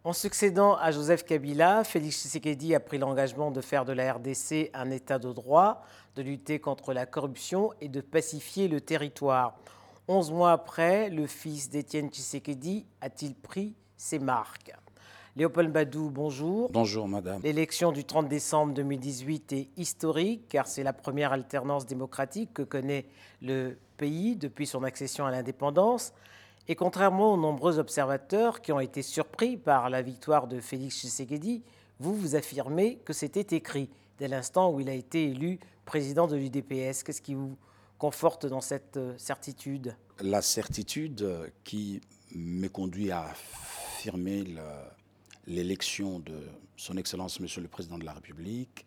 En succédant à Joseph Kabila, Félix Tshisekedi a pris l'engagement de faire de la RDC un État de droit, de lutter contre la corruption et de pacifier le territoire. 11 mois après, le fils d'Étienne Tshisekedi a-t-il pris ses marques? Léopold Badou, bonjour. Bonjour, madame. L'élection du 30 décembre 2018 est historique car c'est la première alternance démocratique que connaît le pays depuis son accession à l'indépendance. Et contrairement aux nombreux observateurs qui ont été surpris par la victoire de Félix Tshisekedi, vous affirmez que c'était écrit dès l'instant où il a été élu président de l'UDPS. Qu'est-ce qui vous conforte dans cette certitude? La certitude qui me conduit à affirmer l'élection de son Excellence, Monsieur le Président de la République,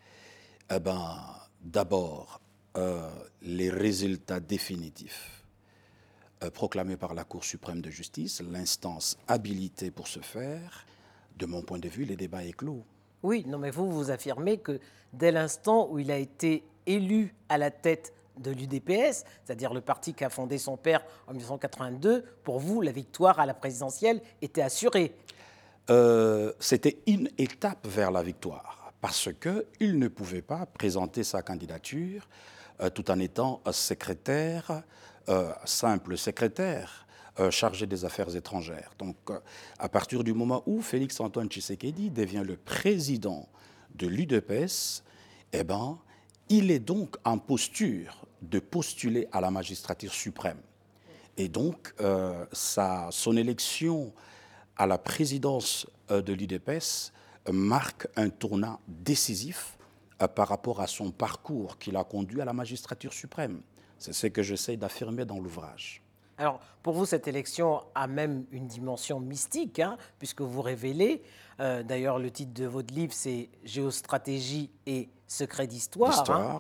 d'abord, les résultats définitifs proclamés par la Cour suprême de justice, l'instance habilitée pour ce faire. De mon point de vue, les débats est clos. Oui, non, mais vous affirmez que dès l'instant où il a été élu à la tête de l'UDPS, c'est-à-dire le parti qu'a fondé son père en 1982, pour vous, la victoire à la présidentielle était assurée. C'était une étape vers la victoire, parce qu'il ne pouvait pas présenter sa candidature tout en étant secrétaire, simple secrétaire, chargé des affaires étrangères. Donc, à partir du moment où Félix-Antoine Tshisekedi devient le président de l'UDPS, il est donc en posture de postuler à la magistrature suprême. Et donc, son élection à la présidence de l'UDPS marque un tournant décisif par rapport à son parcours qui l'a conduit à la magistrature suprême. C'est ce que j'essaie d'affirmer dans l'ouvrage. Alors, pour vous, cette élection a même une dimension mystique, puisque vous révélez, d'ailleurs le titre de votre livre c'est « Géostratégie et secrets d'histoire ».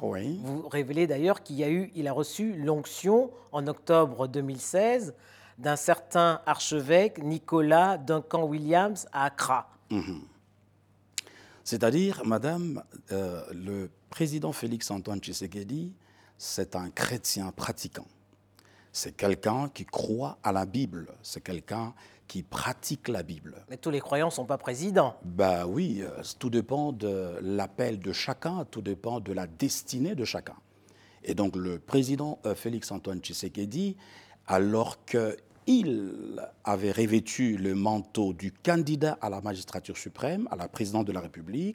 Oui. Vous révélez d'ailleurs qu'il a reçu l'onction en octobre 2016 d'un certain archevêque Nicolas Duncan Williams à Accra. C'est-à-dire, madame, le président Félix-Antoine Tshisekedi, c'est un chrétien pratiquant. C'est quelqu'un qui croit à la Bible. C'est quelqu'un qui pratique la Bible. Mais tous les croyants ne sont pas présidents. Oui, tout dépend de l'appel de chacun, tout dépend de la destinée de chacun. Et donc le président Félix-Antoine Tshisekedi, alors qu'il avait revêtu le manteau du candidat à la magistrature suprême, à la présidence de la République,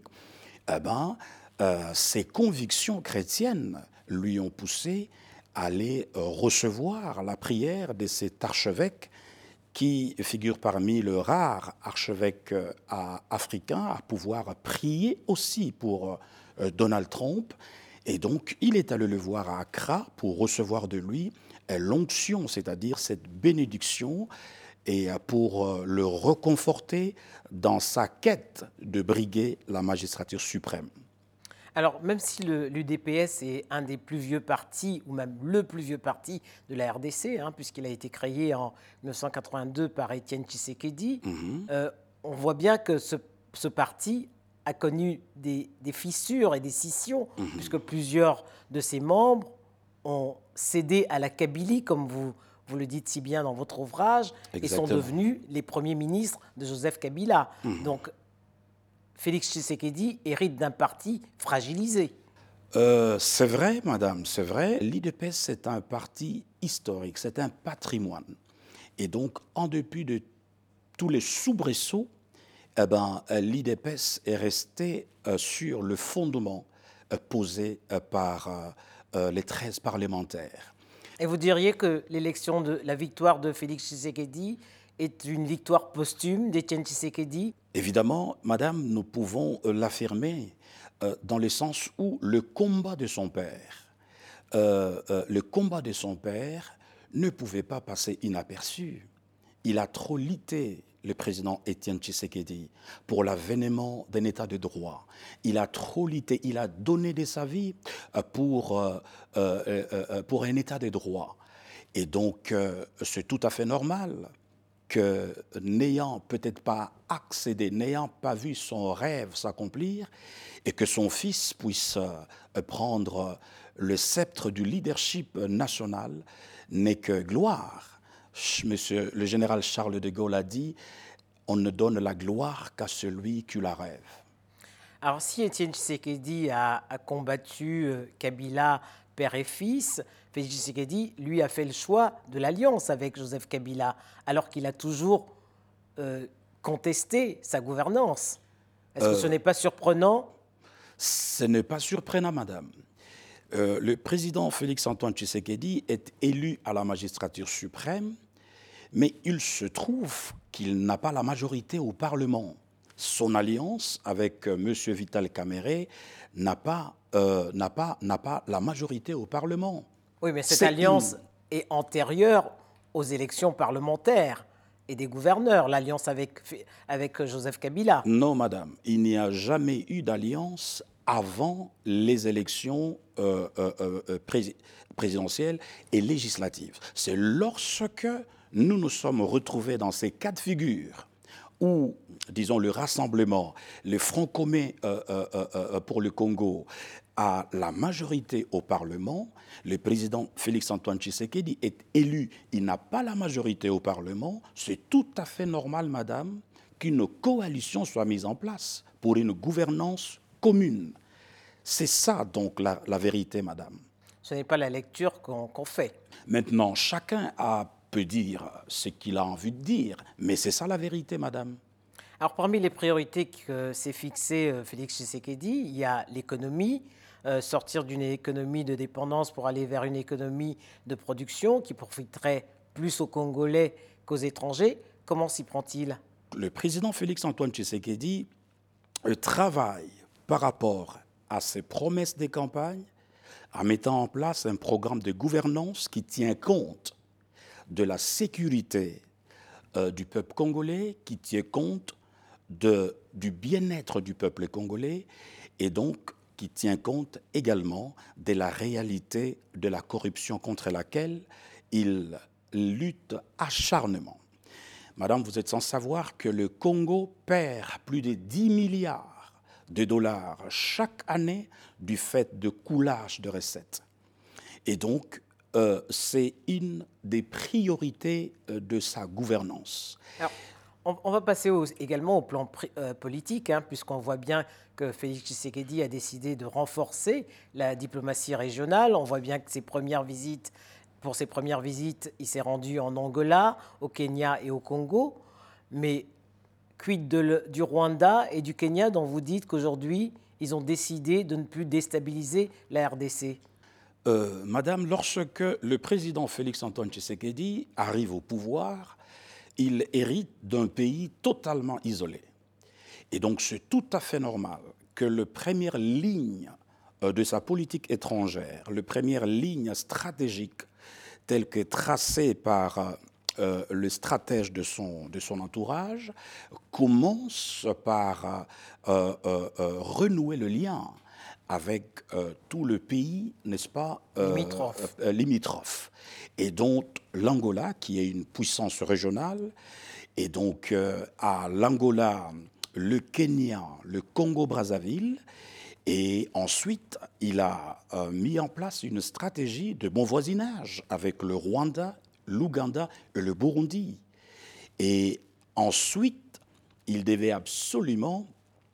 ses convictions chrétiennes lui ont poussé à aller recevoir la prière de cet archevêque qui figure parmi le rare archevêque africain à pouvoir prier aussi pour Donald Trump. Et donc, il est allé le voir à Accra pour recevoir de lui l'onction, c'est-à-dire cette bénédiction, et pour le reconforter dans sa quête de briguer la magistrature suprême. Alors, même si l'UDPS est un des plus vieux partis, ou même le plus vieux parti de la RDC, puisqu'il a été créé en 1982 par Étienne Tshisekedi, on voit bien que ce parti a connu des fissures et des scissions, puisque plusieurs de ses membres ont cédé à la Kabylie, comme vous le dites si bien dans votre ouvrage, Exactement. et sont devenus les premiers ministres de Joseph Kabila. Donc, Félix Tshisekedi hérite d'un parti fragilisé. C'est vrai, madame, c'est vrai. L'UDPS, c'est un parti historique, c'est un patrimoine. Et donc, en dépit de tous les soubresauts, l'UDPS est resté sur le fondement posé par les 13 parlementaires. Et vous diriez que la victoire de Félix Tshisekedi est une victoire posthume d'Étienne Tshisekedi? Évidemment, madame, nous pouvons l'affirmer dans le sens où le combat de son père ne pouvait pas passer inaperçu. Il a trop lutté, le président Étienne Tshisekedi, pour l'avènement d'un état de droit. Il a trop lutté, il a donné de sa vie pour un état de droit. Et donc, c'est tout à fait normal que, n'ayant peut-être pas accédé, n'ayant pas vu son rêve s'accomplir, et que son fils puisse prendre le sceptre du leadership national, n'est que gloire. Monsieur le général Charles de Gaulle a dit on ne donne la gloire qu'à celui qui la rêve. Alors, si Étienne Tshisekedi a combattu Kabila père et fils, Félix Tshisekedi, lui, a fait le choix de l'alliance avec Joseph Kabila, alors qu'il a toujours contesté sa gouvernance. Est-ce que ce n'est pas surprenant? Ce n'est pas surprenant, madame. Le président Félix-Antoine Tshisekedi est élu à la magistrature suprême, mais il se trouve qu'il n'a pas la majorité au Parlement. Son alliance avec M. Vital Kamerhe n'a pas la majorité au Parlement. Oui, mais cette alliance est antérieure aux élections parlementaires et des gouverneurs, l'alliance avec Joseph Kabila. Non, madame, il n'y a jamais eu d'alliance avant les élections présidentielles et législatives. C'est lorsque nous nous sommes retrouvés dans ces cas de figure où, disons, le rassemblement, le Front commun pour le Congo a la majorité au Parlement, le président Félix-Antoine Tshisekedi est élu, il n'a pas la majorité au Parlement, c'est tout à fait normal, madame, qu'une coalition soit mise en place pour une gouvernance commune. C'est ça, donc, la vérité, madame. Ce n'est pas la lecture qu'on fait. Maintenant, chacun peut dire ce qu'il a envie de dire, mais c'est ça la vérité, madame. Alors, parmi les priorités que s'est fixé Félix Tshisekedi, il y a l'économie, sortir d'une économie de dépendance pour aller vers une économie de production qui profiterait plus aux Congolais qu'aux étrangers. Comment s'y prend-il? Le président Félix-Antoine Tshisekedi travaille par rapport à ses promesses des campagnes en mettant en place un programme de gouvernance qui tient compte de la sécurité du peuple congolais, qui tient compte du bien-être du peuple congolais et donc qui tient compte également de la réalité de la corruption contre laquelle il lutte acharnement. Madame, vous êtes sans savoir que le Congo perd plus de 10 milliards de dollars chaque année du fait de coulage de recettes. Et donc, c'est une des priorités de sa gouvernance. Alors, on va passer également au plan politique, puisqu'on voit bien que Félix Tshisekedi a décidé de renforcer la diplomatie régionale. On voit bien que pour ses premières visites, il s'est rendu en Angola, au Kenya et au Congo. Mais quid du Rwanda et du Kenya, dont vous dites qu'aujourd'hui, ils ont décidé de ne plus déstabiliser la RDC? Madame, lorsque le président Félix-Antoine Tshisekedi arrive au pouvoir, il hérite d'un pays totalement isolé. Et donc, c'est tout à fait normal que la première ligne de sa politique étrangère, la première ligne stratégique telle que tracée par le stratège de son entourage, commence par renouer le lien avec tout le pays, n'est-ce pas, limitrophe. Et donc l'Angola, qui est une puissance régionale, et donc à l'Angola, le Kenya, le Congo-Brazzaville, et ensuite il a mis en place une stratégie de bon voisinage avec le Rwanda, l'Ouganda et le Burundi. Et ensuite, il devait absolument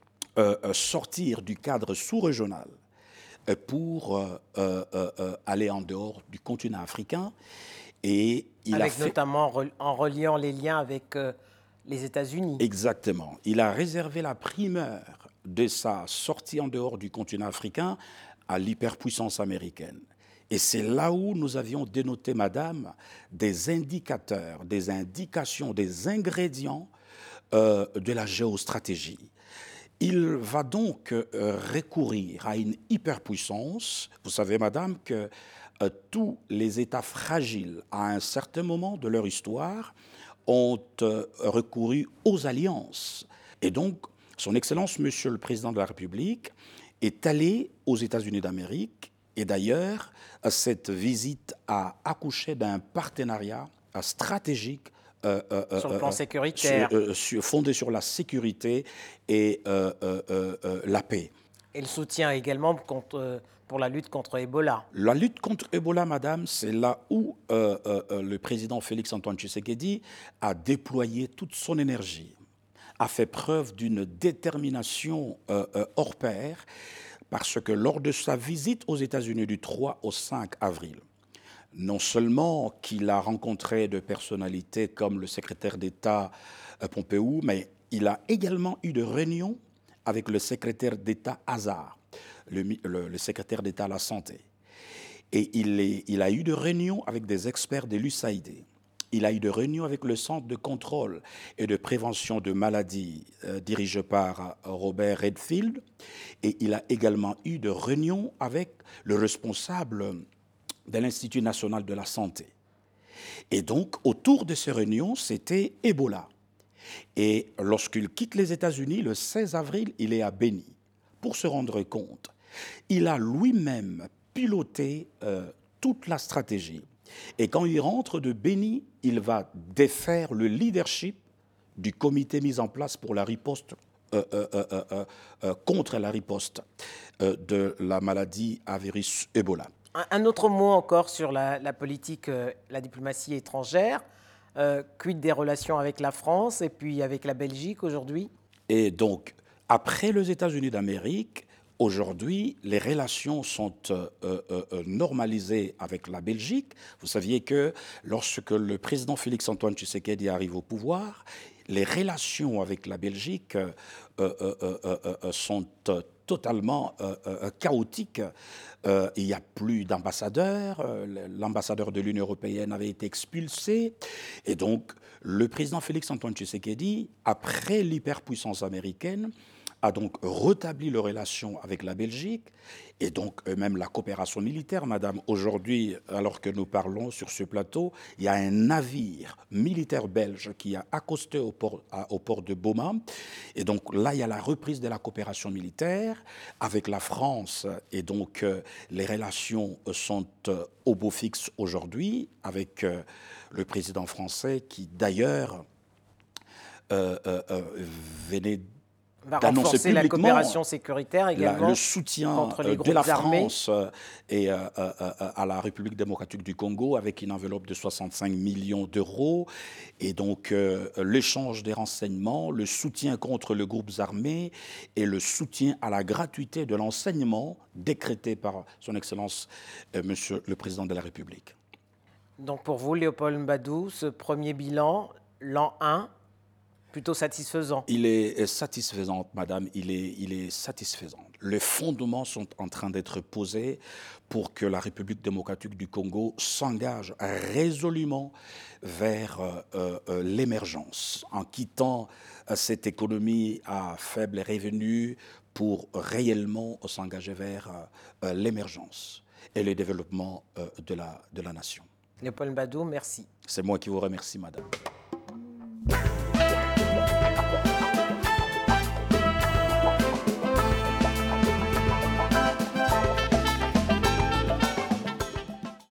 sortir du cadre sous-régional pour aller en dehors du continent africain. Et notamment en reliant les liens avec les États-Unis. Exactement. Il a réservé la primeur de sa sortie en dehors du continent africain à l'hyperpuissance américaine. Et c'est là où nous avions dénoté, madame, des indicateurs, des indications, des ingrédients de la géostratégie. Il va donc recourir à une hyperpuissance. Vous savez, madame, que tous les États fragiles, à un certain moment de leur histoire, ont recouru aux alliances. Et donc, son Excellence, Monsieur le Président de la République, est allé aux États-Unis d'Amérique. Et d'ailleurs, cette visite a accouché d'un partenariat stratégique sur le plan sécuritaire. Fondé sur la sécurité et la paix. Et le soutien également pour la lutte contre Ebola. La lutte contre Ebola, madame, c'est là où le président Félix-Antoine Tshisekedi a déployé toute son énergie. a fait preuve d'une détermination hors pair, parce que lors de sa visite aux États-Unis du 3 au 5 avril, non seulement qu'il a rencontré de personnalités comme le secrétaire d'État Pompeo, mais il a également eu de réunions avec le secrétaire d'État Hazard, le secrétaire d'État à la Santé. Et il a eu de réunions avec des experts de l'USAID. Il a eu de réunions avec le Centre de contrôle et de prévention de maladies dirigé par Robert Redfield. Et il a également eu de réunions avec le responsable de l'Institut national de la santé. Et donc, autour de ces réunions, c'était Ebola. Et lorsqu'il quitte les États-Unis, le 16 avril, il est à Beni. Pour se rendre compte, il a lui-même piloté toute la stratégie. Et quand il rentre de Beni, il va défaire le leadership du comité mis en place pour la riposte contre la riposte de la maladie à virus Ebola. Un autre mot encore sur la politique, la diplomatie étrangère. Quid des relations avec la France et puis avec la Belgique aujourd'hui? Et donc, après les États-Unis d'Amérique, aujourd'hui, les relations sont normalisées avec la Belgique. Vous saviez que lorsque le président Félix-Antoine Tshisekedi arrive au pouvoir, les relations avec la Belgique sont totalement chaotiques. Il n'y a plus d'ambassadeur. L'ambassadeur de l'Union européenne avait été expulsé. Et donc, le président Félix-Antoine Tshisekedi, après l'hyperpuissance américaine, a donc rétabli les relations avec la Belgique et donc même la coopération militaire. Madame, aujourd'hui, alors que nous parlons sur ce plateau, il y a un navire militaire belge qui a accosté au port de Boma. Et donc là, il y a la reprise de la coopération militaire avec la France. Et donc les relations sont au beau fixe aujourd'hui avec le président français qui d'ailleurs venait va renforcer la coopération sécuritaire également le soutien contre les de la armés. France et à la République démocratique du Congo avec une enveloppe de 65 millions d'euros. Et donc l'échange des renseignements, le soutien contre les groupes armés et le soutien à la gratuité de l'enseignement décrété par son Excellence Monsieur le Président de la République. Donc pour vous, Léopold Mbadou, ce premier bilan, l'an 1, plutôt satisfaisant. Il est satisfaisant, madame, il est satisfaisant. Les fondements sont en train d'être posés pour que la République démocratique du Congo s'engage résolument vers l'émergence, en quittant cette économie à faible revenu pour réellement s'engager vers l'émergence et le développement de la nation. Léopold Mbadou, merci. C'est moi qui vous remercie, madame.